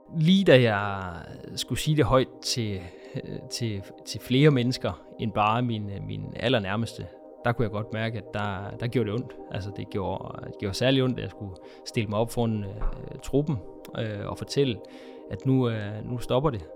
Lige da jeg skulle sige det højt til flere mennesker end bare min allernærmeste, der kunne jeg godt mærke, at der gjorde det ondt. Altså det gjorde særlig ondt, at jeg skulle stille mig op foran truppen og fortælle, at nu stopper det.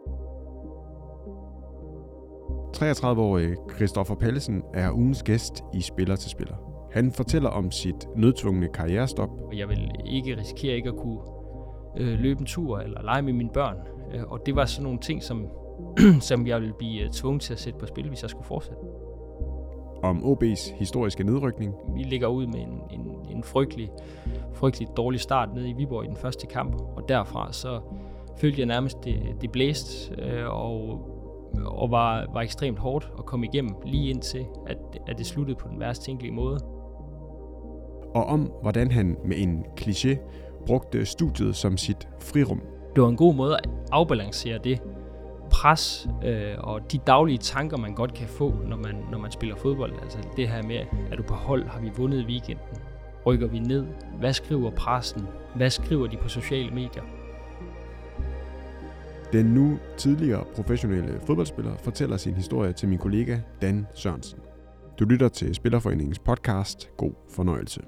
33-årige Christoffer Pallesen er ugens gæst i Spiller til Spiller. Han fortæller om sit nødtvungne karrierestop. Jeg vil ikke risikere ikke at kunne løbe en tur eller lege med mine børn. Og det var sådan nogle ting, som jeg ville blive tvunget til at sætte på spil, hvis jeg skulle fortsætte. Om OB's historiske nedrykning. Vi ligger ud med en frygtelig dårlig start nede i Viborg i den første kamp. Og derfra så følte jeg nærmest, det blæste og var ekstremt hårdt at komme igennem lige indtil, at det sluttede på den værst tænkelige måde. Og om hvordan han med en kliché brugte studiet som sit frirum. Det var en god måde at afbalancere det pres og de daglige tanker, man godt kan få, når man spiller fodbold. Altså det her med, er du på hold, har vi vundet weekenden, rykker vi ned, hvad skriver pressen, hvad skriver de på sociale medier? Den nu tidligere professionelle fodboldspiller fortæller sin historie til min kollega Dan Sørensen. Du lytter til Spillerforeningens podcast. God fornøjelse.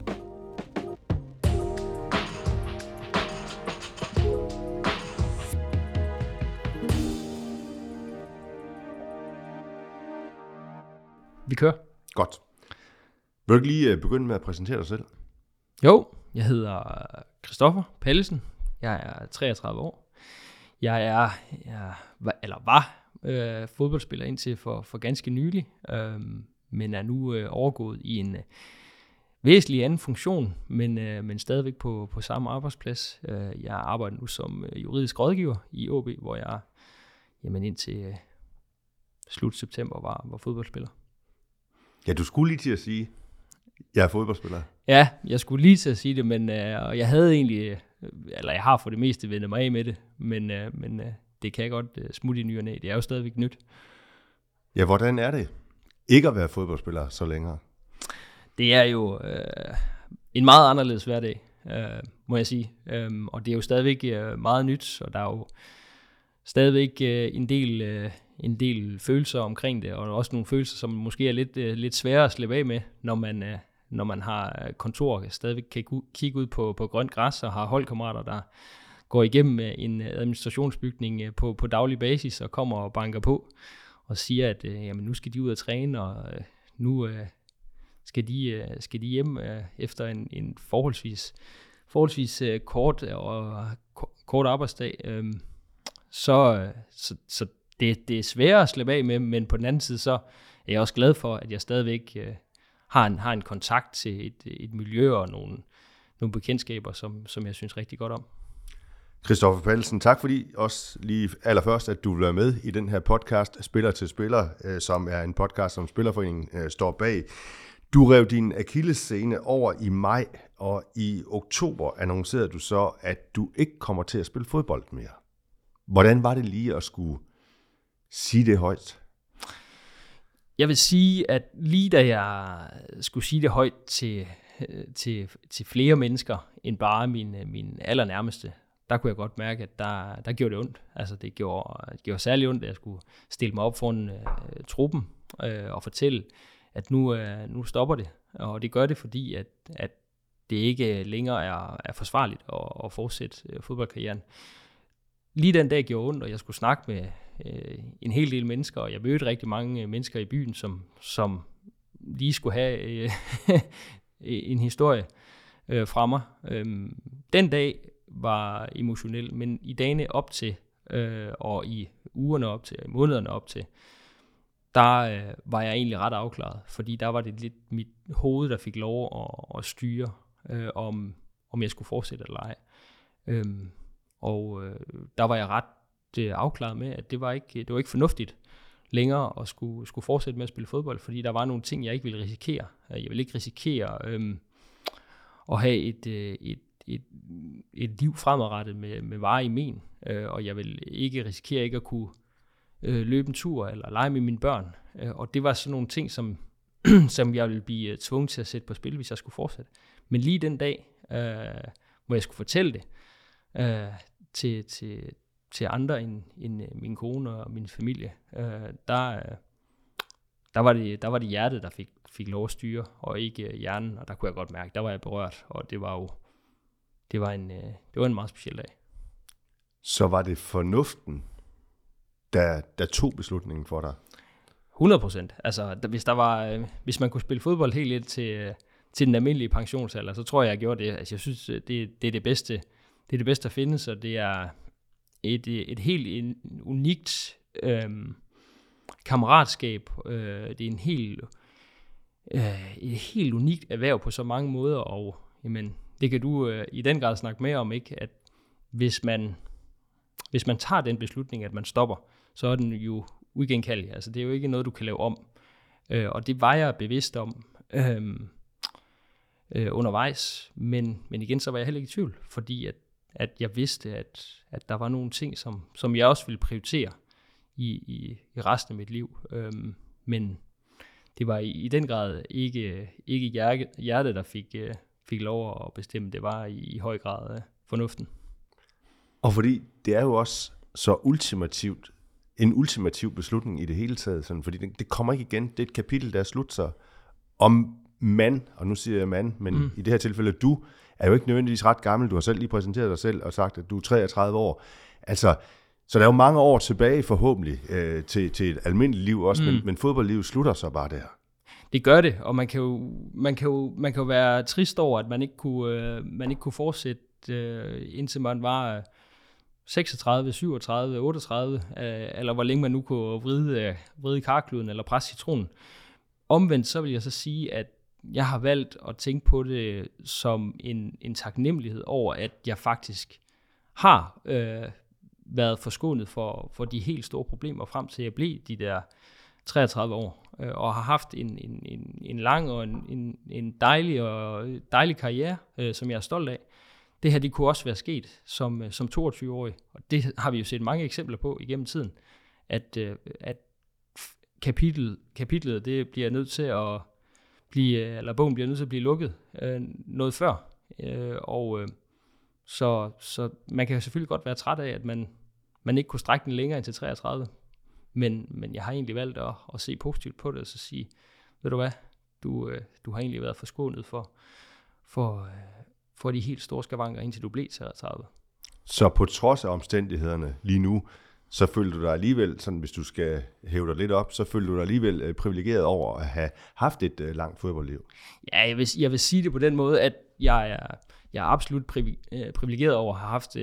Vi kører. Godt. Vil du ikke lige begynde med at præsentere dig selv? Jo, jeg hedder Christoffer Pallesen. Jeg er 33 år. Jeg var fodboldspiller indtil for ganske nylig, men er nu overgået i en væsentlig anden funktion, men stadigvæk på samme arbejdsplads. Jeg arbejder nu som juridisk rådgiver i OB, hvor jeg indtil slut september var fodboldspiller. Ja, du skulle lige til at sige, jeg er fodboldspiller. Ja, jeg skulle lige til at sige det, men jeg havde egentlig, eller jeg har for det meste vendt mig af med det, men det kan jeg godt smutte i ny og næ. Det er jo stadigvæk nyt. Ja, hvordan er det ikke at være fodboldspiller så længere? Det er jo en meget anderledes hverdag, må jeg sige. Og det er jo stadigvæk meget nyt, og der er jo stadigvæk en del følelser omkring det, og også nogle følelser, som måske er lidt svære at slippe af med, når man har kontor, stadigvæk kan kigge ud på grønt græs og har holdkammerater, der går igennem en administrationsbygning på daglig basis og kommer og banker på og siger, at jamen, nu skal de ud og træne, og nu skal de hjem efter en forholdsvis kort arbejdsdag. Så det er sværere at slippe af med, men på den anden side, så er jeg også glad for, at jeg stadigvæk har en kontakt til et miljø og nogle bekendtskaber, som jeg synes rigtig godt om. Christoffer Pallesen, tak fordi også lige allerførst, at du vil være med i den her podcast, Spiller til Spiller, som er en podcast, som Spillerforeningen står bag. Du rev din akillessene over i maj, og i oktober annoncerede du så, at du ikke kommer til at spille fodbold mere. Hvordan var det lige at skulle sige det højt? Jeg vil sige, at lige da jeg skulle sige det højt til flere mennesker end bare min allernærmeste, der kunne jeg godt mærke, at der gjorde det ondt. Altså det gjorde særlig ondt, at jeg skulle stille mig op foran truppen og fortælle, at nu stopper det. Og det gør det, fordi at det ikke længere er forsvarligt at fortsætte fodboldkarrieren. Lige den dag gjorde ondt, og jeg skulle snakke med en hel del mennesker, og jeg mødte rigtig mange mennesker i byen, som lige skulle have en historie fra mig. Den dag var emotionel, men i dagene op til, og i ugerne op til, og i månederne op til, der var jeg egentlig ret afklaret, fordi der var det lidt mit hoved, der fik lov at styre, om jeg skulle fortsætte eller ej. Og der var jeg ret afklaret med, at det var ikke fornuftigt længere at skulle fortsætte med at spille fodbold, fordi der var nogle ting, jeg ikke ville risikere. Jeg ville ikke risikere at have et liv fremadrettet med varig men, og jeg ville ikke risikere ikke at kunne løbe en tur eller lege med mine børn. Og det var sådan nogle ting, som jeg ville blive tvunget til at sætte på spil, hvis jeg skulle fortsætte. Men lige den dag, hvor jeg skulle fortælle det til andre end min kone og min familie, der var det hjertet, der fik lov at styre, og ikke hjernen, og der kunne jeg godt mærke, der var jeg berørt, og det var en meget speciel dag. Så var det fornuften, der tog beslutningen for dig? 100%. Altså, hvis man kunne spille fodbold helt lidt til den almindelige pensionsalder, så tror jeg gjorde det. Altså, jeg synes, det er det bedste. Det er det bedste, der findes, og det er et helt unikt kammeratskab. Det er et helt unikt erhverv på så mange måder, og jamen, det kan du i den grad snakke mere om, ikke? At hvis man tager den beslutning, at man stopper, så er den jo uigenkaldelig. Altså, det er jo ikke noget, du kan lave om. Og det var jeg bevidst om undervejs, men igen, så var jeg heller ikke i tvivl, fordi at jeg vidste, at der var nogle ting, som jeg også ville prioritere i resten af mit liv. Men det var i den grad ikke hjertet, der fik lov at bestemme. Det var i høj grad fornuften. Og fordi det er jo også så en ultimativ beslutning i det hele taget, sådan, fordi det kommer ikke igen. Det er et kapitel, der slutter sig om mand, og nu siger jeg mand, men i det her tilfælde, du er jo ikke nødvendigvis ret gammel. Du har selv lige præsenteret dig selv og sagt, at du er 33 år. Altså, så der er jo mange år tilbage forhåbentlig til et almindeligt liv også, men fodboldlivet slutter så bare der. Det gør det, og man kan jo være trist over, at man ikke kunne fortsætte indtil man var 36, 37, 38, eller hvor længe man nu kunne vride karkluden eller presse citronen. Omvendt så vil jeg så sige, at jeg har valgt at tænke på det som en taknemmelighed over, at jeg faktisk har været forskånet for de helt store problemer frem til jeg blev de der 33 år, og har haft en lang og en dejlig karriere, som jeg er stolt af. Det her, det kunne også være sket som 22-årig, og det har vi jo set mange eksempler på igennem tiden, at kapitlet, det bliver nødt til at eller bogen bliver nødt til at blive lukket noget før. Så man kan jo selvfølgelig godt være træt af, at man ikke kunne strække den længere end til 33. Men jeg har egentlig valgt at se positivt på det, og så sige, ved du hvad, du har egentlig været forskånet for de helt store skavanker, indtil du blev 33. Så på trods af omstændighederne lige nu, så føler du dig alligevel, sådan hvis du skal hæve dig lidt op, så føler du dig alligevel privilegeret over at have haft et langt fodboldliv? Ja, jeg vil sige det på den måde, at jeg er absolut privilegeret over at have haft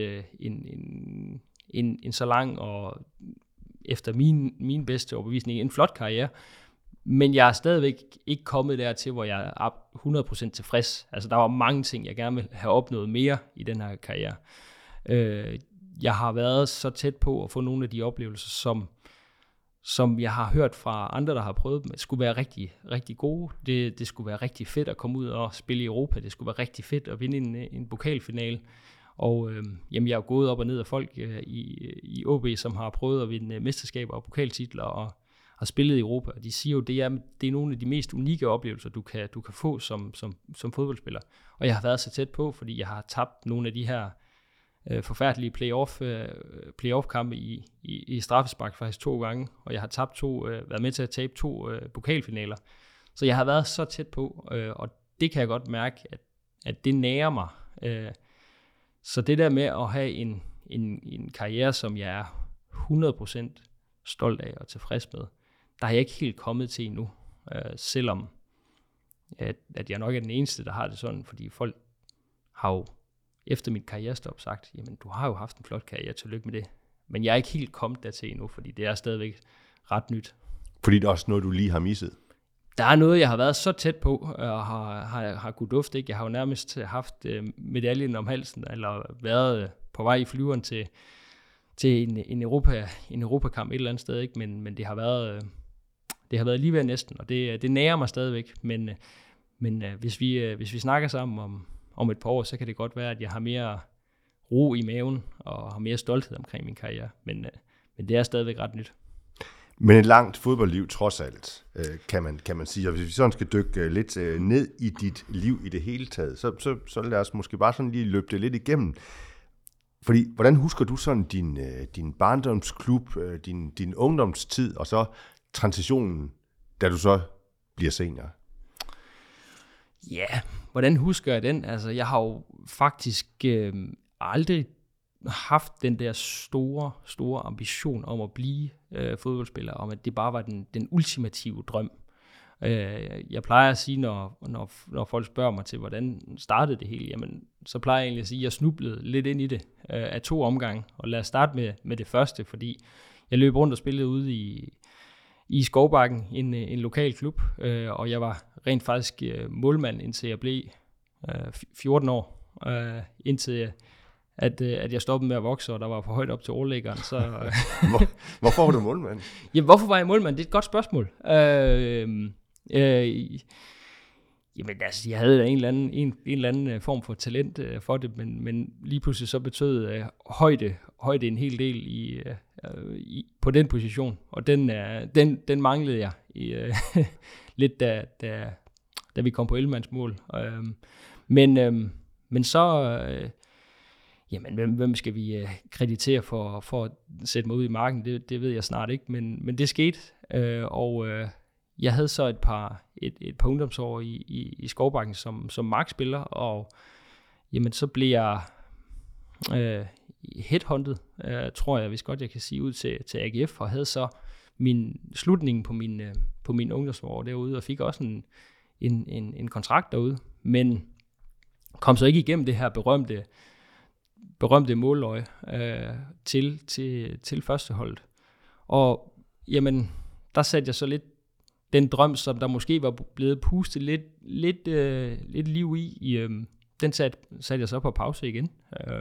en så lang og efter min bedste overbevisning en flot karriere. Men jeg er stadigvæk ikke kommet dertil, hvor jeg er 100% tilfreds. Altså, der var mange ting, jeg gerne vil have opnået mere i den her karriere. Jeg har været så tæt på at få nogle af de oplevelser, som jeg har hørt fra andre, der har prøvet dem, skulle være rigtig, rigtig gode. Det skulle være rigtig fedt at komme ud og spille i Europa. Det skulle være rigtig fedt at vinde en pokalfinale. Og jeg er gået op og ned af folk i OB, som har prøvet at vinde mesterskaber og pokaltitler og har spillet i Europa. Og de siger jo, det er nogle af de mest unikke oplevelser, du kan få som fodboldspiller. Og jeg har været så tæt på, fordi jeg har tabt nogle af de her forfærdelige playoff-kampe i straffespark faktisk 2 gange, og jeg har været med til at tabe 2 pokalfinaler. Så jeg har været så tæt på, og det kan jeg godt mærke, at det nærer mig. Så det der med at have en karriere, som jeg er 100% stolt af og tilfreds med, der er jeg ikke helt kommet til endnu, selvom at jeg nok er den eneste, der har det sådan, fordi folk har jo efter mit karrierestop sagt, jamen du har jo haft en flot karriere, tillykke med det. Men jeg er ikke helt kommet dertil endnu, fordi det er stadigvæk ret nyt. Fordi det er også noget, du lige har misset? Der er noget, jeg har været så tæt på, og har kunnet dufte, ikke? Jeg har jo nærmest haft medaljen om halsen, eller været på vej i flyveren til en Europakamp et eller andet sted, ikke? Men det har været lige ved næsten, og det nærer mig stadigvæk. Men hvis vi snakker sammen om et par år, så kan det godt være, at jeg har mere ro i maven og har mere stolthed omkring min karriere. Men det er stadigvæk ret nyt. Men et langt fodboldliv trods alt, kan man sige. Og hvis vi sådan skal dykke lidt ned i dit liv i det hele taget, så lad os måske bare sådan lige løbe det lidt igennem. Fordi, hvordan husker du sådan din barndomsklub, din ungdomstid, og så transitionen, da du så bliver senior? Ja, hvordan husker jeg den? Altså, jeg har jo faktisk aldrig haft den der store ambition om at blive fodboldspiller, om at det bare var den ultimative drøm. Jeg plejer at sige, når folk spørger mig til, hvordan startede det hele, jamen, så plejer jeg egentlig at sige, at jeg snublede lidt ind i det af 2 omgange. Og lad os starte med det første, fordi jeg løb rundt og spillede ude i Skovbakken, en lokal klub, og jeg var rent faktisk målmand, indtil jeg blev 14 år, indtil at jeg stoppede med at vokse, og der var for højt op til overlæggeren. Så, Hvorfor var du målmand? Jamen, hvorfor var jeg målmand? Det er et godt spørgsmål. Jamen, altså, jeg havde en eller anden form for talent for det, men lige pludselig så betød højde en hel del på den position, og den manglede jeg lidt, da vi kom på 11-mandsmål. Men så... Jamen, hvem skal vi kreditere for at sætte mig ud i marken? Det ved jeg snart ikke, men det skete. Jeg havde så et par ungdomsår i Skovbakken som markspiller, og jamen, så blev jeg headhunted, tror jeg, hvis godt jeg kan sige, ud til AGF, og havde så slutningen på min ungdomsår derude, og fik også en kontrakt derude, men kom så ikke igennem det her berømte måløje til førsteholdet. Og jamen, der satte jeg så lidt den drøm, som der måske var blevet pustet lidt liv i, den satte jeg så på pause igen.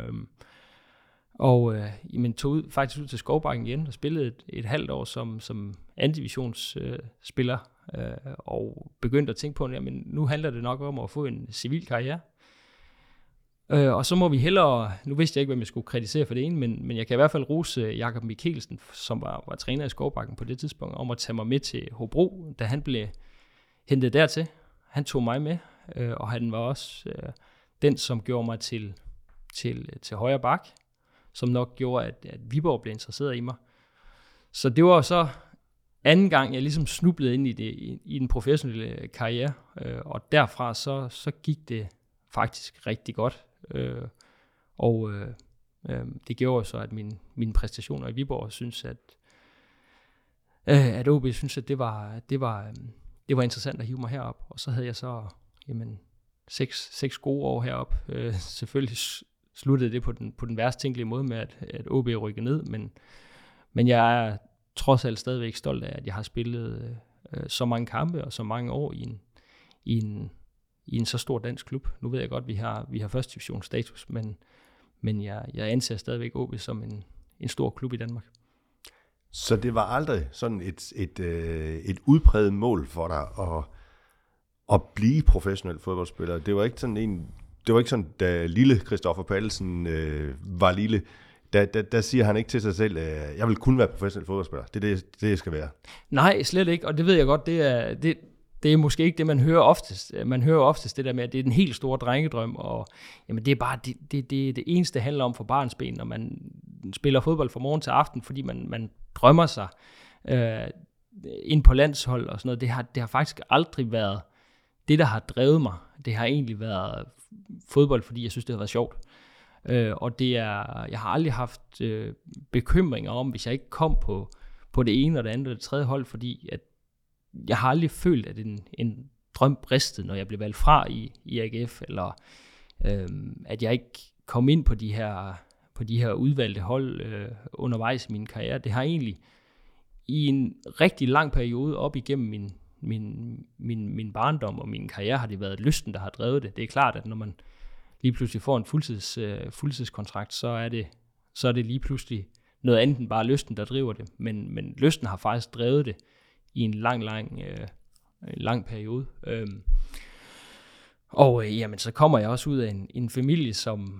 Jamen, tog faktisk ud til Skovbakken igen og spillede et halvt år som andivisionsspiller, og begyndte at tænke på, jamen, nu handler det nok om at få en civil karriere. Og så må vi hellere, nu vidste jeg ikke, hvem jeg skulle kritisere for det ene, men jeg kan i hvert fald rose Jakob Mikkelsen, som var træner i Skovbakken på det tidspunkt, om at tage mig med til Hobro, da han blev hentet dertil. Han tog mig med, og han var også den, som gjorde mig til højre bak, som nok gjorde, at Viborg blev interesseret i mig. Så det var så anden gang, jeg ligesom snublede ind i den professionelle karriere, og derfra så gik det faktisk rigtig godt. Det gjorde så, at mine præstationer i Viborg synes, at OB synes, at det var interessant at hive mig herop. Og så havde jeg så 6 gode år herop. Selvfølgelig sluttede det på den værst tænkelige måde med, at OB rykkede ned, men jeg er trods alt stadigvæk stolt af, at jeg har spillet så mange kampe og så mange år i en så stor dansk klub. Nu ved jeg godt, at vi har første divisionsstatus, men jeg anser stadigvæk OB som en stor klub i Danmark. Så det var aldrig sådan et udpræget mål for dig at blive professionel fodboldspiller? Det var ikke sådan da lille Christoffer Pallesen var lille, der siger han ikke til sig selv, jeg vil kun være professionel fodboldspiller. Det er det, jeg skal være. Nej, slet ikke, og det ved jeg godt, det er måske ikke det, man hører oftest. Man hører oftest det der med, at det er den helt store drengedrøm, og jamen, det er bare det eneste, det handler om for barnsben, når man spiller fodbold fra morgen til aften, fordi man drømmer sig ind på landshold og sådan noget. Det har faktisk aldrig været det, der har drevet mig. Det har egentlig været fodbold, fordi jeg synes, det har været sjovt. Og jeg har aldrig haft bekymringer om, hvis jeg ikke kom på det ene og det andet og det tredje hold, fordi at jeg har aldrig følt, at en drøm bristede, når jeg blev valgt fra i AGF, eller at jeg ikke kom ind på de her udvalgte hold undervejs i min karriere. Det har egentlig i en rigtig lang periode op igennem min barndom og min karriere, har det været lysten, der har drevet det. Det er klart, at når man lige pludselig får en fuldtidskontrakt, så er det lige pludselig noget andet end bare lysten, der driver det. Men lysten har faktisk drevet det i en lang periode. Jamen, så kommer jeg også ud af en familie, som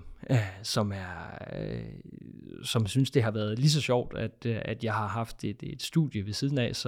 synes, det har været lige så sjovt, at jeg har haft et studie ved siden af,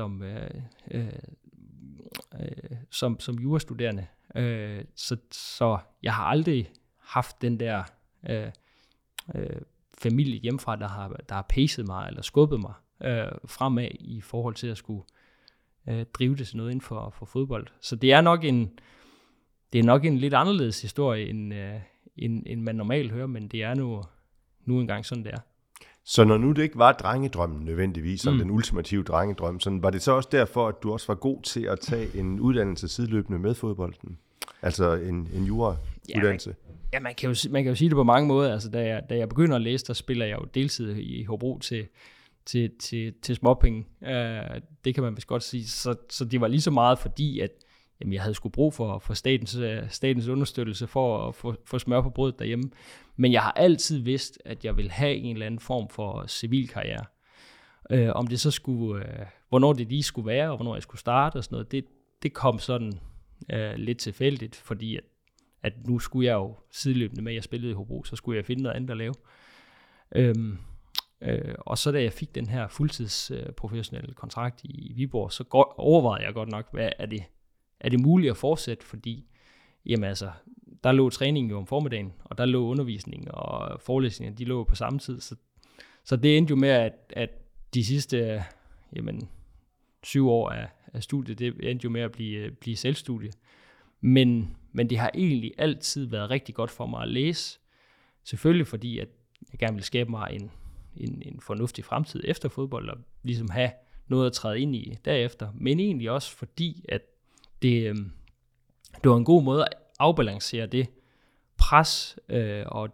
som jurastuderende. Så jeg har aldrig haft den der familie hjemmefra, der har pacet mig, eller skubbet mig fremad i forhold til at skulle drive det til noget inden for fodbold. Så det er nok en lidt anderledes historie, end man normalt hører, men det er nu engang sådan, det er. Så når nu det ikke var drengedrømmen nødvendigvis, som den ultimative drengedrøm, sådan, var det så også derfor, at du også var god til at tage en uddannelse sideløbende med fodbolden? Altså en jura-uddannelse? Ja, man kan jo sige det på mange måder. Altså, da jeg begynder at læse, der spiller jeg jo deltid i Hobro til småpenge. Det kan man vist godt sige. Så det var lige så meget fordi, at jeg havde sgu brug for statens understøttelse for at få smør på brødet derhjemme. Men jeg har altid vidst, at jeg ville have en eller anden form for civilkarriere. Om det så skulle, hvornår det lige skulle være, og hvornår jeg skulle starte og sådan noget, det kom sådan lidt tilfældigt, fordi at nu skulle jeg jo sideløbende med, at jeg spillede i Hobro, så skulle jeg finde noget andet at lave. Og så da jeg fik den her fuldtidsprofessionelle kontrakt i Viborg, så overvejede jeg godt nok, hvad er det muligt at fortsætte, fordi jamen altså, der lå træningen jo om formiddagen, og der lå undervisning og forelæsninger, de lå på samme tid, så det endte jo med, at de sidste 7 år af studiet, det endte jo med at blive selvstudie. Men det har egentlig altid været rigtig godt for mig at læse, selvfølgelig fordi, at jeg gerne vil skabe mig en fornuftig fremtid efter fodbold, og ligesom have noget at træde ind i derefter, men egentlig også fordi, at det var en god måde at afbalancere det pres og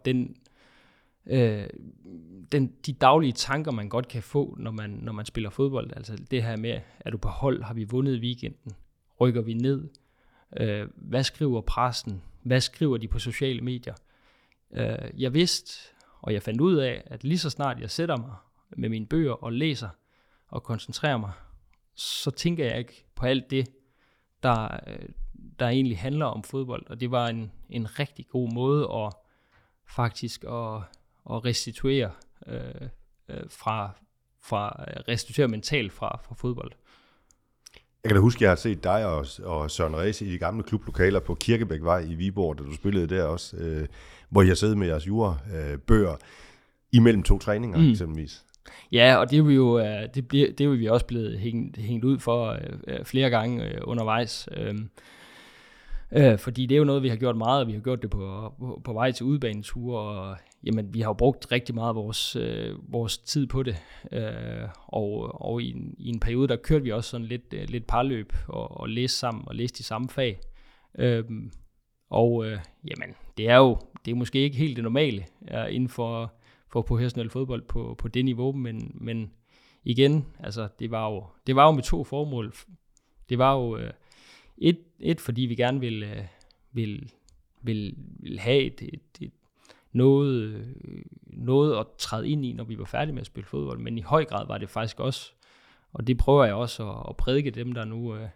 de daglige tanker, man godt kan få, når man spiller fodbold. Altså det her med, er du på hold, har vi vundet i weekenden, rykker vi ned, hvad skriver pressen, hvad skriver de på sociale medier. Jeg vidste, og jeg fandt ud af, at lige så snart jeg sætter mig med mine bøger og læser og koncentrerer mig, så tænker jeg ikke på alt det, der egentlig handler om fodbold, og det var en rigtig god måde at faktisk at restituere restituere mentalt fra fodbold. Jeg kan da huske, at jeg har set dig og Søren Ræse i de gamle klublokaler på Kirkebækvej i Viborg, da du spillede der også, hvor jeg sad med jeres jurabøger imellem 2 træninger eksempelvis. Ja, og det er vi også blevet hængt ud for flere gange undervejs. Fordi det er jo noget, vi har gjort meget, og vi har gjort det på vej til udebaneture, og jamen, vi har jo brugt rigtig meget af vores tid på det. Og i en periode, der kørte vi også sådan lidt parløb og læste sammen og læste de samme fag. Jamen, det er måske ikke helt det normale inden for professionel fodbold på det niveau, men igen, altså det var jo med 2 formål. Det var jo et fordi vi gerne vil have noget at træde ind i, når vi var færdige med at spille fodbold, men i høj grad var det faktisk også, og det prøver jeg også at prædike dem, der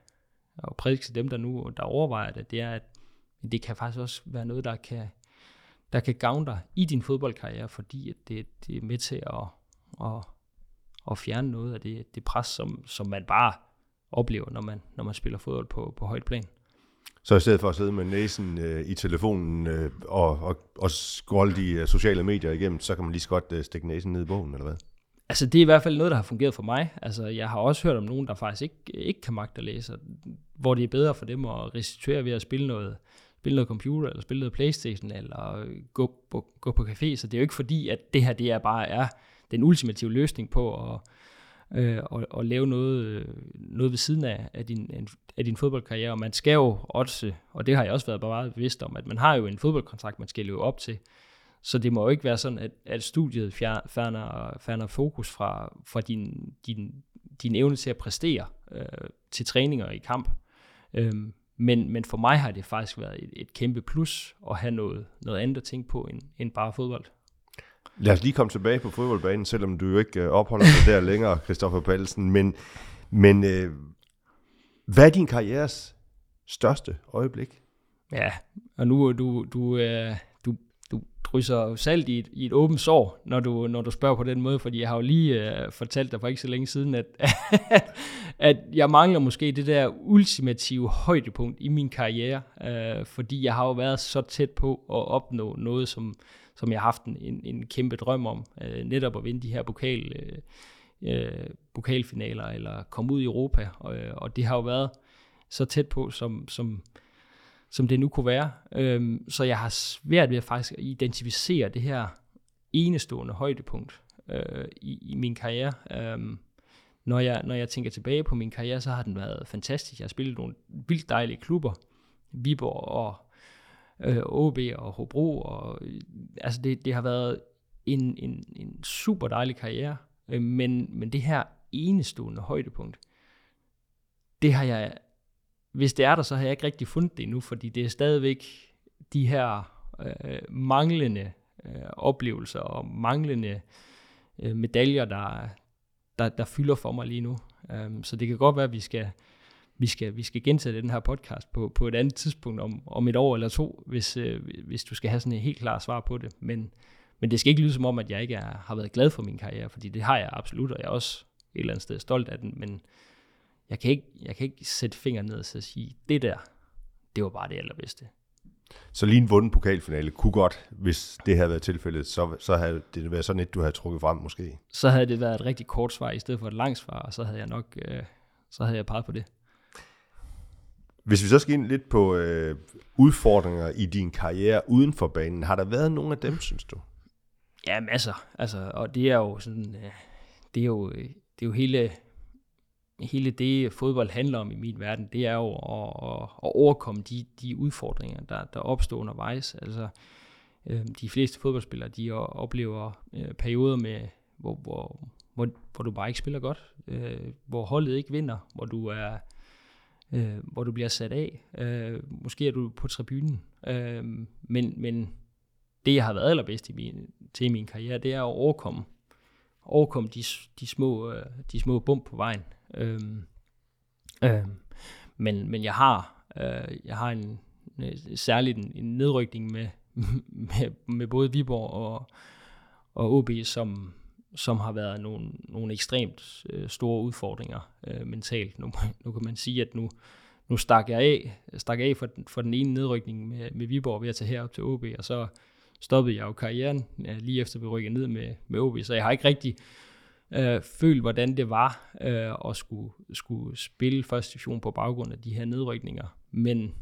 nu der overvejer det, det er, at det kan faktisk også være noget, der kan gavne dig i din fodboldkarriere, fordi at det er med til at fjerne noget af det pres, som man bare oplever, når man spiller fodbold på højt plan. Så i stedet for at sidde med næsen i telefonen og scrolle de sociale medier igennem, så kan man lige så godt stikke næsen ned i bogen, eller hvad? Altså det er i hvert fald noget, der har fungeret for mig. Altså jeg har også hørt om nogen, der faktisk ikke kan magte at læse, hvor det er bedre for dem at restituere ved at spille noget computer, eller spille noget PlayStation, eller gå på café. Så det er jo ikke fordi, at det her det er den ultimative løsning på at lave noget ved siden af din fodboldkarriere. Og man skal jo også, og det har jeg også været meget bevidst om, at man har jo en fodboldkontrakt, man skal leve op til. Så det må jo ikke være sådan, at studiet fjerner fokus fra din evne til at præstere til træninger i kamp. Men for mig har det faktisk været et kæmpe plus at have noget andet at tænke på end bare fodbold. Lad os lige komme tilbage på fodboldbanen, selvom du jo ikke opholder dig der længere, Christoffer Pallesen. Men hvad er din karrieres største øjeblik? Ja, og nu du drysser salt i et åbent sår, når du spørger på den måde, fordi jeg har jo lige fortalt dig for ikke så længe siden, at jeg mangler måske det der ultimative højdepunkt i min karriere, fordi jeg har jo været så tæt på at opnå noget, som jeg har haft en kæmpe drøm om, netop at vinde de her pokalfinaler, eller komme ud i Europa, og det har jo været så tæt på, som det nu kunne være. Så jeg har svært ved at faktisk identificere det her enestående højdepunkt i min karriere. Når jeg tænker tilbage på min karriere, så har den været fantastisk. Jeg har spillet nogle vildt dejlige klubber, Viborg og OB og Hobro, og altså det har været en super dejlig karriere, men det her enestående højdepunkt, det har jeg, hvis det er der, så har jeg ikke rigtig fundet det endnu, fordi det er stadigvæk de her manglende oplevelser og manglende medaljer, der fylder for mig lige nu. Så det kan godt være, at vi skal gentage den her podcast på et andet tidspunkt om et år eller to, hvis du skal have sådan et helt klart svar på det. Men det skal ikke lyde som om, at jeg ikke har været glad for min karriere, fordi det har jeg absolut, og jeg er også et eller andet sted stolt af den, men jeg kan ikke sætte fingeren ned og sige, det var bare det allerbedste. Så lige en vunden pokalfinale kunne godt, hvis det havde været tilfældet, så havde det været sådan et, du havde trukket frem måske? Så havde det været et rigtig kort svar, i stedet for et langt svar, og så havde jeg nok peget på det. Hvis vi så skal ind lidt på udfordringer i din karriere uden for banen, har der været nogle af dem, synes du? Ja, masser. Altså, og det er jo sådan, det er jo hele det, fodbold handler om i min verden, det er jo at overkomme de udfordringer, der opstår undervejs. Altså, de fleste fodboldspillere, de oplever perioder med, hvor du bare ikke spiller godt, hvor holdet ikke vinder, hvor du bliver sat af. Måske er du på tribunen. Men det, jeg har været allerbedst til i min karriere, det er at overkomme de små bump på vejen. Men jeg har særligt en nedrykning med både Viborg og OB, som har været nogle ekstremt store udfordringer mentalt. Nu kan man sige, at nu stak jeg af for den ene nedrykning med Viborg ved at tage herop til OB, og så stoppede jeg jo karrieren lige efter vi rykkede ned med OB, så jeg har ikke rigtig følt, hvordan det var at skulle spille første division på baggrund af de her nedrykninger, men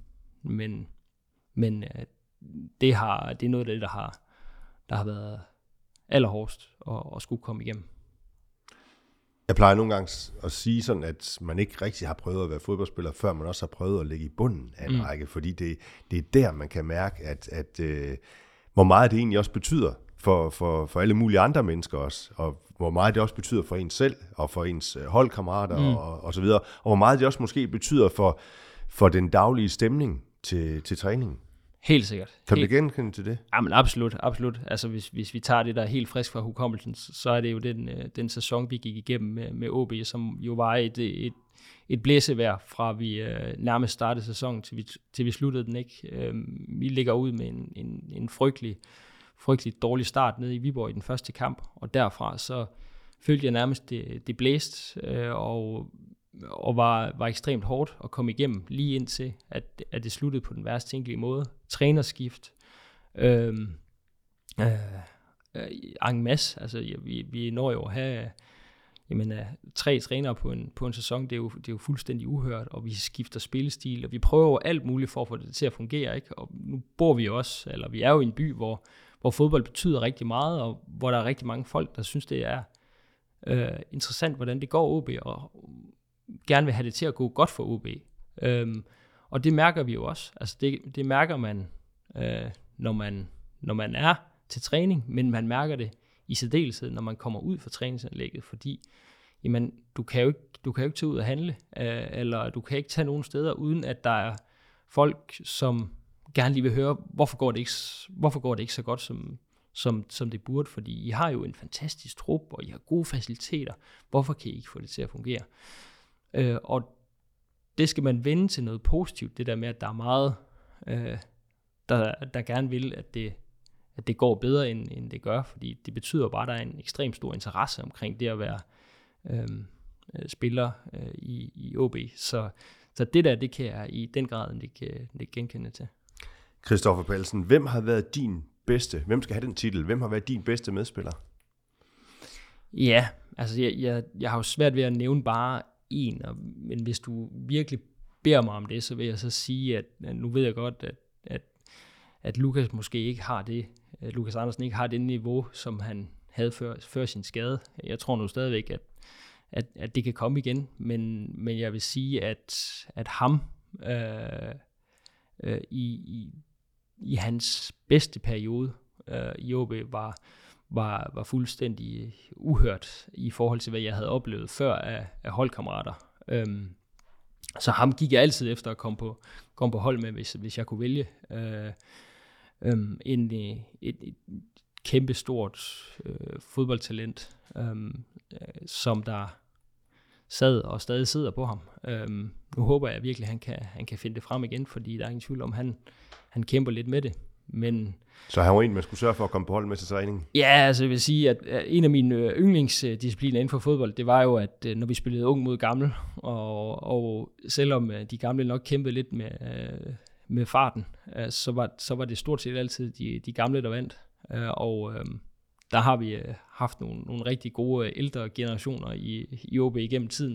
det er noget af det, der har været allerhårdest at skulle komme igennem. Jeg plejer nogle gange at sige sådan, at man ikke rigtig har prøvet at være fodboldspiller, før man også har prøvet at ligge i bunden af en række, fordi det er der, man kan mærke, at hvor meget det egentlig også betyder for alle mulige andre mennesker også, og hvor meget det også betyder for en selv, og for ens holdkammerater og så videre, og hvor meget det også måske betyder for den daglige stemning til træningen. Helt sikkert. Kan du genkende til det? Jamen absolut. Altså hvis vi tager det, der er helt frisk fra hukommelsen, så er det jo den sæson, vi gik igennem med OB, som jo var et blæsevejr, fra vi nærmest startede sæsonen, til vi sluttede den ikke. Vi ligger ud med en frygtelig dårlig start nede i Viborg i den første kamp, og derfra så følte jeg nærmest, det blæste, og var ekstremt hårdt at komme igennem, lige indtil, at det sluttede på den værst tænkelige måde. Trænerskift, en masse, altså vi når jo at have 3 trænere på en sæson, det er jo fuldstændig uhørt, og vi skifter spillestil, og vi prøver alt muligt for at få det til at fungere, ikke? Og nu bor vi også, eller vi er jo i en by, hvor fodbold betyder rigtig meget, og hvor der er rigtig mange folk, der synes, det er interessant, hvordan det går OB, og gerne vil have det til at gå godt for OB. Og det mærker vi jo også. Altså det mærker man, når man er til træning, men man mærker det i særdeleshed, når man kommer ud fra træningsanlægget, fordi jamen, du kan jo ikke tage ud og handle, eller du kan ikke tage nogen steder, uden at der er folk, som gerne lige vil høre, hvorfor går det ikke så godt, som det burde, fordi I har jo en fantastisk trup, og I har gode faciliteter. Hvorfor kan I ikke få det til at fungere? Og det skal man vende til noget positivt, det der med, at der er meget, der gerne vil, at det går bedre, end det gør, fordi det betyder bare, at der er en ekstremt stor interesse omkring det at være spiller i OB. Så det der, det kan jeg i den grad ikke genkende til. Christoffer Pallesen, hvem har været din bedste? Hvem skal have den titel? Hvem har været din bedste medspiller? Ja, altså jeg har jo svært ved at nævne bare en, men hvis du virkelig beder mig om det, så vil jeg så sige, at nu ved jeg godt, at Lukas måske ikke har det, Lukas Andersen ikke har det niveau, som han havde før sin skade. Jeg tror nu stadigvæk, at det kan komme igen, men jeg vil sige, at ham i hans bedste periode i OB var fuldstændig uhørt i forhold til, hvad jeg havde oplevet før af holdkammerater. Så ham gik jeg altid efter at komme på hold med, hvis jeg kunne vælge. Et kæmpestort fodboldtalent, som der sad og stadig sidder på ham. Nu håber jeg virkelig, at han kan finde det frem igen, fordi der er ingen tvivl om, han kæmper lidt med det. Men så han var en, man skulle sørge for at komme på hold med til træning? Ja, altså jeg vil sige, at en af mine yndlingsdiscipliner inden for fodbold, det var jo, at når vi spillede ung mod gammel, og selvom de gamle nok kæmpede lidt med farten, så var det stort set altid de gamle, der vandt. Der har vi haft nogle rigtig gode ældre generationer i OB igennem tiden,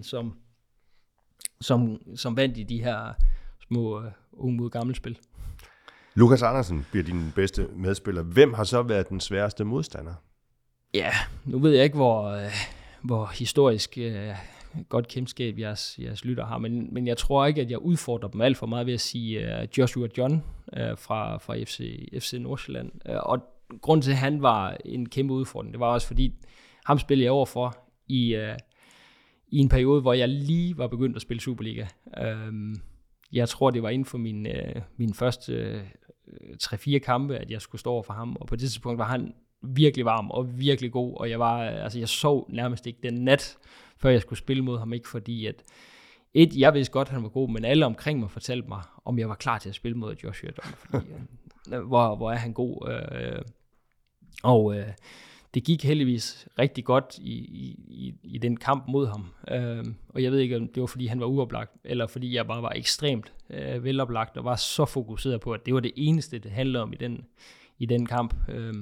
som vandt i de her små ung mod gammel spil. Lukas Andersen bliver din bedste medspiller. Hvem har så været den sværeste modstander? Ja, nu ved jeg ikke, hvor historisk godt kendskab jeres lytter har, men jeg tror ikke, at jeg udfordrer dem alt for meget ved at sige Joshua John fra FC Nordsjælland. Og grund til, at han var en kæmpe udfordring, det var også fordi, ham spillede jeg overfor i en periode, hvor jeg lige var begyndt at spille Superliga. Jeg tror, det var inden for min første 3-4 kampe, at jeg skulle stå over for ham, og på det tidspunkt var han virkelig varm og virkelig god, og jeg sov nærmest ikke den nat, før jeg skulle spille mod ham, ikke fordi at jeg vidste godt, at han var god, men alle omkring mig fortalte mig, om jeg var klar til at spille mod Joshua John, fordi hvor er han god, det gik heldigvis rigtig godt i den kamp mod ham. Og jeg ved ikke, om det var, fordi han var uoplagt, eller fordi jeg bare var ekstremt veloplagt, og var så fokuseret på, at det var det eneste, det handlede om i den kamp.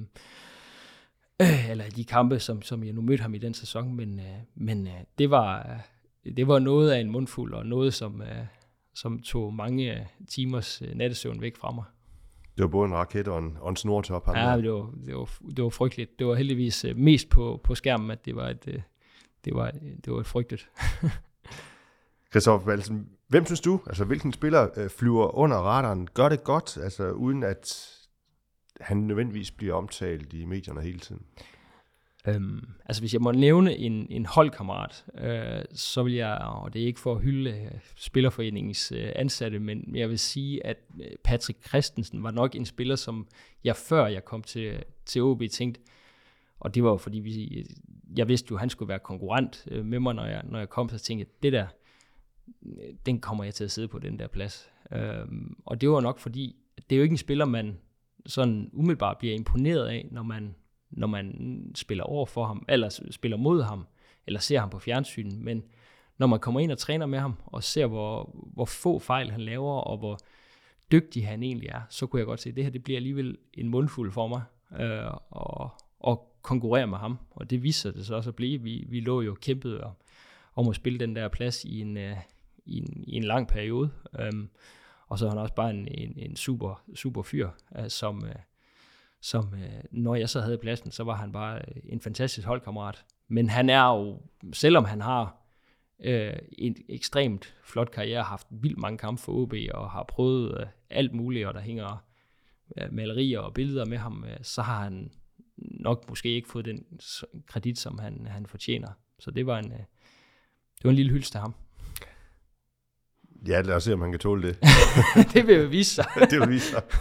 Eller de kampe, som jeg nu mødte ham i den sæson. Men det var noget af en mundfuld, og noget, som tog mange timers nattesøvn væk fra mig. Det var både en raket og en snortop. Ja, det var frygteligt. Det var heldigvis mest på skærmen, at det var et frygteligt. Christoffer Balsen, hvem synes du, altså hvilken spiller flyver under radaren, gør det godt, altså uden at han nødvendigvis bliver omtalt i medierne hele tiden? Altså hvis jeg må nævne en holdkammerat, så vil jeg, og det er ikke for at hylde Spillerforeningens ansatte, men jeg vil sige, at Patrick Christensen var nok en spiller, som jeg før jeg kom til OB tænkte, og det var jo fordi jeg vidste jo, at han skulle være konkurrent med mig, når jeg kom, så tænkte jeg, det der, den kommer jeg til at sidde på den der plads. Og det var nok fordi, det er jo ikke en spiller, man sådan umiddelbart bliver imponeret af, når man spiller over for ham, eller spiller mod ham, eller ser ham på fjernsynet, men når man kommer ind og træner med ham, og ser, hvor få fejl han laver, og hvor dygtig han egentlig er, så kunne jeg godt se, at det her det bliver alligevel en mundfuld for mig, og konkurrere med ham, og det viser det så også at blive. Vi lå jo kæmpet om at spille den der plads i en lang periode, og så er han også bare en super fyr, som når jeg så havde pladsen, så var han bare en fantastisk holdkammerat. Men han er jo, selvom han har en ekstremt flot karriere, haft vildt mange kampe for OB, og har prøvet alt muligt, og der hænger malerier og billeder med ham, så har han nok måske ikke fået den kredit, som han fortjener. Så det var en lille hyldest til ham. Ja, lad os se, om han kan tåle det. Det vil jo vise sig. Det vil vise sig.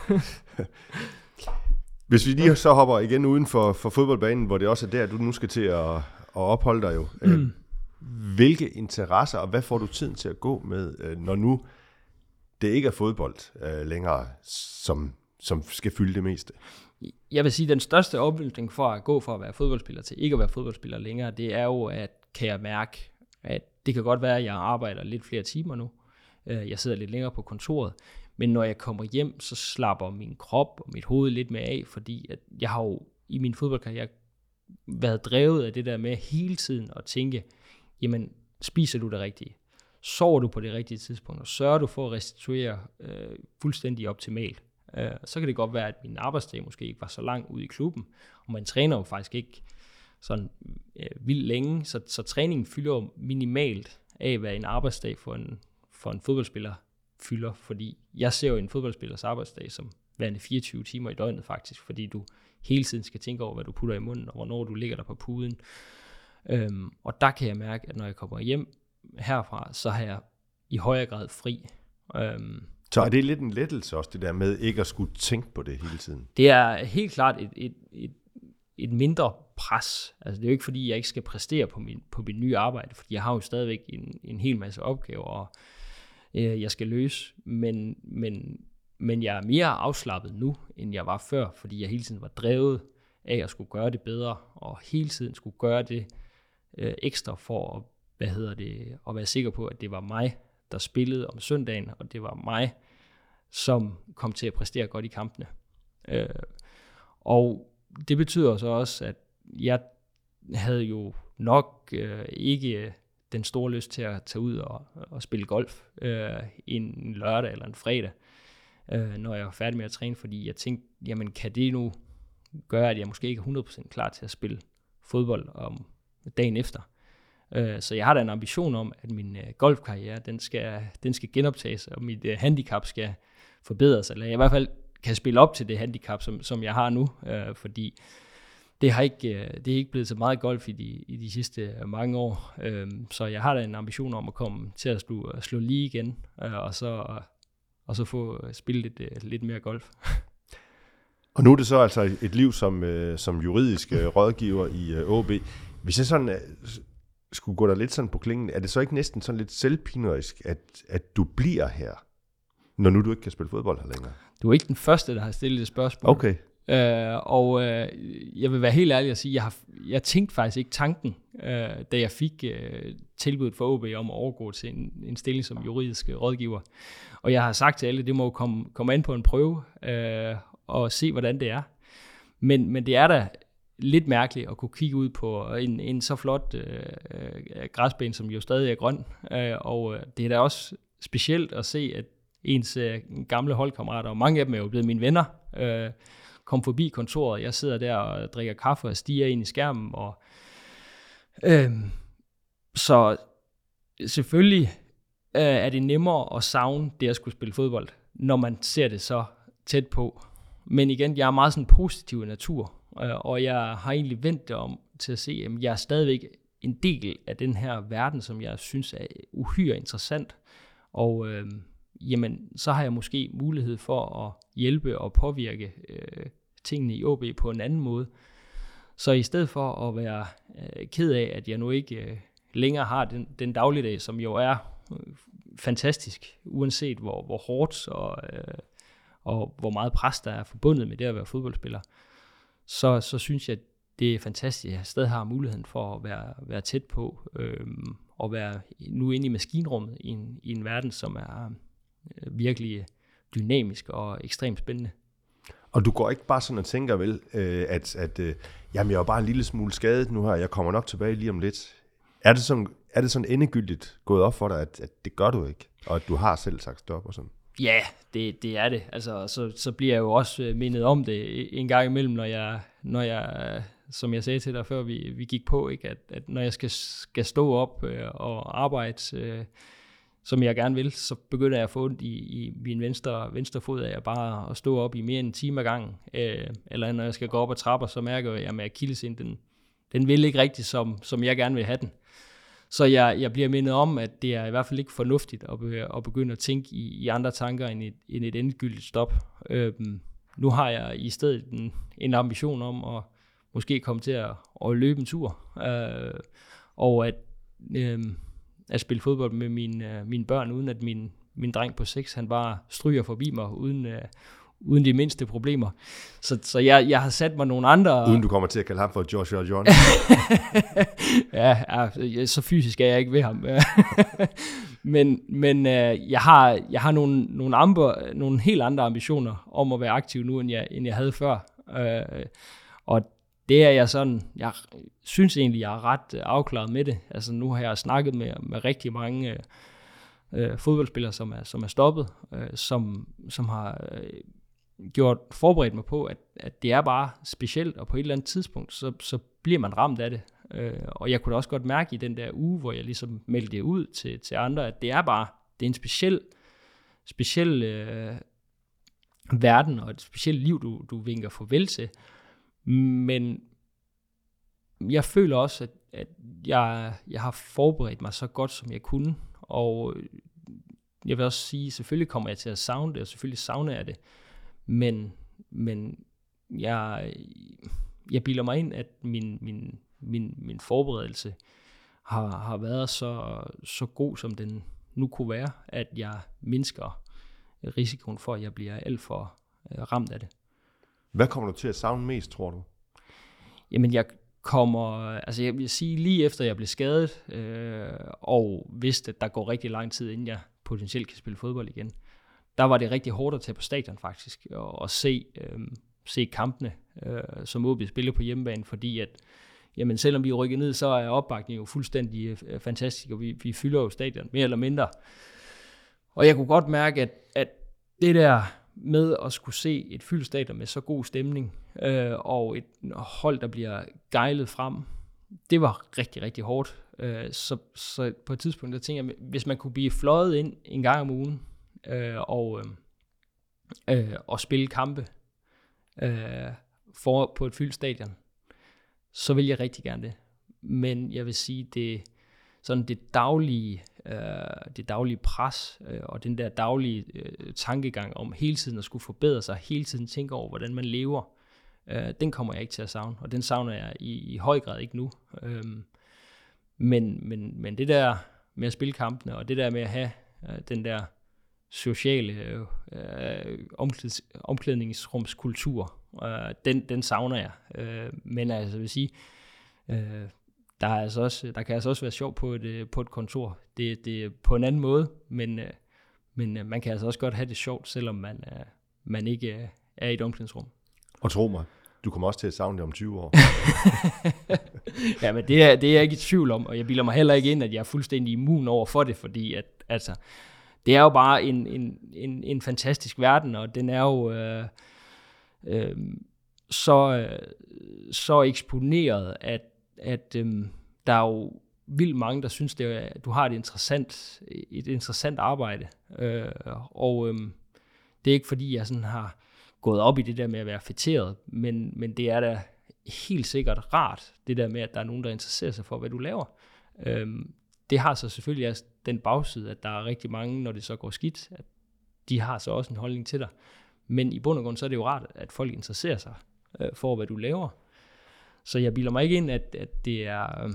Hvis vi lige så hopper igen uden for fodboldbanen, hvor det også er der, du nu skal til at opholde dig jo. Hvilke interesser, og hvad får du tiden til at gå med, når nu det ikke er fodbold længere, som skal fylde det meste? Jeg vil sige, at den største oplysning for at gå fra at være fodboldspiller til ikke at være fodboldspiller længere, det er jo, at kan jeg mærke, at det kan godt være, at jeg arbejder lidt flere timer nu. Jeg sidder lidt længere på kontoret, Men når jeg kommer hjem, så slapper min krop og mit hoved lidt mere af, fordi at jeg har jo i min fodboldkarriere været drevet af det der med hele tiden at tænke, jamen, spiser du det rigtige? Sover du på det rigtige tidspunkt? Og sørger du for at restituere fuldstændig optimalt? Så kan det godt være, at min arbejdsdag måske ikke var så lang ude i klubben, og man træner jo faktisk ikke sådan vildt længe, så træningen fylder jo minimalt af, hvad en arbejdsdag for en fodboldspiller fylder, fordi jeg ser jo en fodboldspillers arbejdsdag som værende 24 timer i døgnet faktisk, fordi du hele tiden skal tænke over, hvad du putter i munden, og hvornår du ligger der på puden. Og der kan jeg mærke, at når jeg kommer hjem herfra, så har jeg i højere grad fri. Så er det lidt en lettelse også, det der med ikke at skulle tænke på det hele tiden? Det er helt klart et mindre pres. Altså det er jo ikke, fordi jeg ikke skal præstere på mit nye arbejde, fordi jeg har jo stadigvæk en hel masse opgaver, jeg skal løse, men jeg er mere afslappet nu, end jeg var før, fordi jeg hele tiden var drevet af at skulle gøre det bedre, og hele tiden skulle gøre det ekstra for at være sikker på, at det var mig, der spillede om søndagen, og det var mig, som kom til at præstere godt i kampene. Og det betyder så også, at jeg havde jo nok ikke den store lyst til at tage ud og spille golf en lørdag eller en fredag, når jeg var færdig med at træne, fordi jeg tænkte, jamen kan det nu gøre, at jeg måske ikke er 100% klar til at spille fodbold om dagen efter. Så jeg har da en ambition om, at min golfkarriere, den skal genoptages, og mit handicap skal forbedres, eller jeg i hvert fald kan spille op til det handicap, som jeg har nu, fordi det er ikke blevet så meget golf i de sidste mange år. Så jeg har da en ambition om at komme til at slå lige igen, og så få spillet lidt mere golf. Og nu er det så altså et liv som juridisk rådgiver i AaB. Hvis jeg sådan skulle gå der lidt sådan på klingen, er det så ikke næsten sådan lidt selvpinerisk, at du bliver her, når nu du ikke kan spille fodbold her længere? Du er ikke den første, der har stillet det spørgsmål. Okay. Jeg vil være helt ærlig at sige, jeg tænkte faktisk ikke tanken, da jeg fik tilbuddet for AaB om at overgå til en stilling som juridisk rådgiver. Og jeg har sagt til alle, det må jo komme an på en prøve og se, hvordan det er. Men det er da lidt mærkeligt at kunne kigge ud på en så flot græsbane, som jo stadig er grøn. Og det er da også specielt at se, at ens gamle holdkammerater, og mange af dem er jo blevet mine venner, kom forbi kontoret. Jeg sidder der og drikker kaffe og stiger ind i skærmen. Og, så selvfølgelig er det nemmere at savne det at skulle spille fodbold, når man ser det så tæt på. Men igen, jeg er meget sådan positiv i natur, og jeg har egentlig vendt det om til at se, at jeg er stadigvæk en del af den her verden, som jeg synes er uhyre interessant. Og jamen, så har jeg måske mulighed for at hjælpe og påvirke tingene i AaB på en anden måde. Så i stedet for at være ked af, at jeg nu ikke længere har den dagligdag, som jo er fantastisk, uanset hvor hårdt og hvor meget pres der er forbundet med det at være fodboldspiller, så synes jeg, det er fantastisk, at jeg stadig har muligheden for at være tæt på og være nu inde i maskinrummet i en verden, som er virkelig dynamisk og ekstremt spændende. Og du går ikke bare sådan og tænker vel, at jamen jeg er bare en lille smule skadet nu her, jeg kommer nok tilbage lige om lidt. Er det sådan endegyldigt gået op for dig, at det gør du ikke, og at du har selv sagt stop og sådan? Ja, det er det. Altså, så bliver jeg jo også mindet om det en gang imellem, når jeg som jeg sagde til dig før vi gik på, ikke, at når jeg skal stå op og arbejde, som jeg gerne vil, så begynder jeg at få ondt i min venstre fod af bare at stå op i mere end en time ad gangen. Eller når jeg skal gå op ad trapper, så mærker jeg, at akillessenet, den vil ikke rigtigt, som jeg gerne vil have den. Så jeg bliver mindet om, at det er i hvert fald ikke fornuftigt at begynde at tænke i andre tanker end et endegyldigt stop. Nu har jeg i stedet en ambition om at måske komme til at løbe en tur, og at spille fodbold med mine børn, uden at min dreng på 6, han bare stryger forbi mig, uden de mindste problemer. Så jeg har sat mig nogle andre... Uden du kommer til at kalde ham for Joshua John. ja, så fysisk er jeg ikke ved ham. men jeg har nogle helt andre ambitioner om at være aktiv nu, end jeg havde før. Og det er jeg sådan... Jeg synes egentlig, jeg er ret afklaret med det. Altså nu har jeg snakket med rigtig mange fodboldspillere, som er stoppet, som har... forberedt mig på, at det er bare specielt, og på et eller andet tidspunkt, så bliver man ramt af det. Og jeg kunne da også godt mærke i den der uge, hvor jeg ligesom meldte det ud til andre, at det er en speciel verden, og et specielt liv, du vinker farvel til. Men jeg føler også, at jeg har forberedt mig så godt, som jeg kunne, og jeg vil også sige, selvfølgelig kommer jeg til at savne det, og selvfølgelig savner jeg det, men jeg bilder mig ind, at min forberedelse har været så god, som den nu kunne være, at jeg mindsker risikoen for, at jeg bliver alt for ramt af det. Hvad kommer du til at savne mest, tror du? Jamen, jeg vil sige, lige efter jeg blev skadet, og vidste, at der går rigtig lang tid, inden jeg potentielt kan spille fodbold igen, der var det rigtig hårdt at tage på stadion faktisk, og se kampene, som OB spiller på hjemmebane, fordi at, jamen selvom vi rykker ned, så er opbakningen jo fuldstændig fantastisk, og vi fylder jo stadion mere eller mindre. Og jeg kunne godt mærke, at det der med at skulle se et fyldt stadion med så god stemning, og et hold, der bliver gejlet frem, det var rigtig, rigtig hårdt. Så på et tidspunkt, der tænker jeg, hvis man kunne blive fløjet ind en gang om ugen, og spille kampe på et fyldt stadion, så vil jeg rigtig gerne det. Men jeg vil sige, det daglige pres, og den der daglige tankegang om hele tiden at skulle forbedre sig, hele tiden tænke over, hvordan man lever, den kommer jeg ikke til at savne, og den savner jeg i høj grad ikke nu. Men det der med at spille kampene, og det der med at have den der sociale omklædningsrumskultur, den savner jeg. Men altså, jeg vil sige, der kan altså også være sjov på et kontor. Det er på en anden måde, men man kan altså også godt have det sjovt, selvom man ikke er i et omklædningsrum. Og tro mig, du kommer også til at savne det om 20 år. Ja, men det er jeg ikke i tvivl om, og jeg bilder mig heller ikke ind, at jeg er fuldstændig immun over for det, fordi at, altså, det er jo bare en fantastisk verden, og den er jo så eksponeret, at der er jo vildt mange, der synes, at du har et interessant arbejde. Det er ikke fordi, jeg sådan har gået op i det der med at være fætteret, men det er da helt sikkert rart, det der med, at der er nogen, der interesserer sig for, hvad du laver. Det har så selvfølgelig også den bagside, at der er rigtig mange, når det så går skidt, at de har så også en holdning til dig. Men i bund og grund, så er det jo rart, at folk interesserer sig for, hvad du laver. Så jeg bilder mig ikke ind, at det er,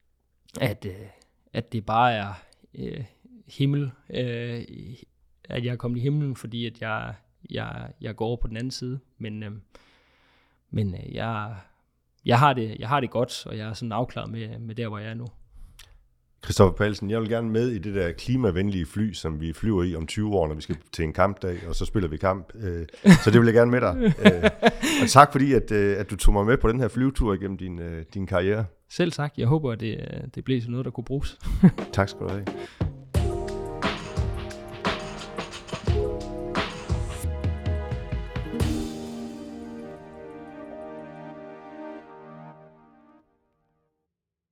at det bare er himmel, at jeg er kommet i himlen, fordi at jeg går over på den anden side. Men jeg har det godt, og jeg er sådan afklaret med der, hvor jeg er nu. Christoffer Pallesen, jeg vil gerne med i det der klimavenlige fly, som vi flyver i om 20 år, når vi skal til en kampdag, og så spiller vi kamp. Så det vil jeg gerne med dig. Og tak fordi, at du tog mig med på den her flyvetur igennem din karriere. Selv tak. Jeg håber, at det blev til noget, der kunne bruges. Tak skal du have.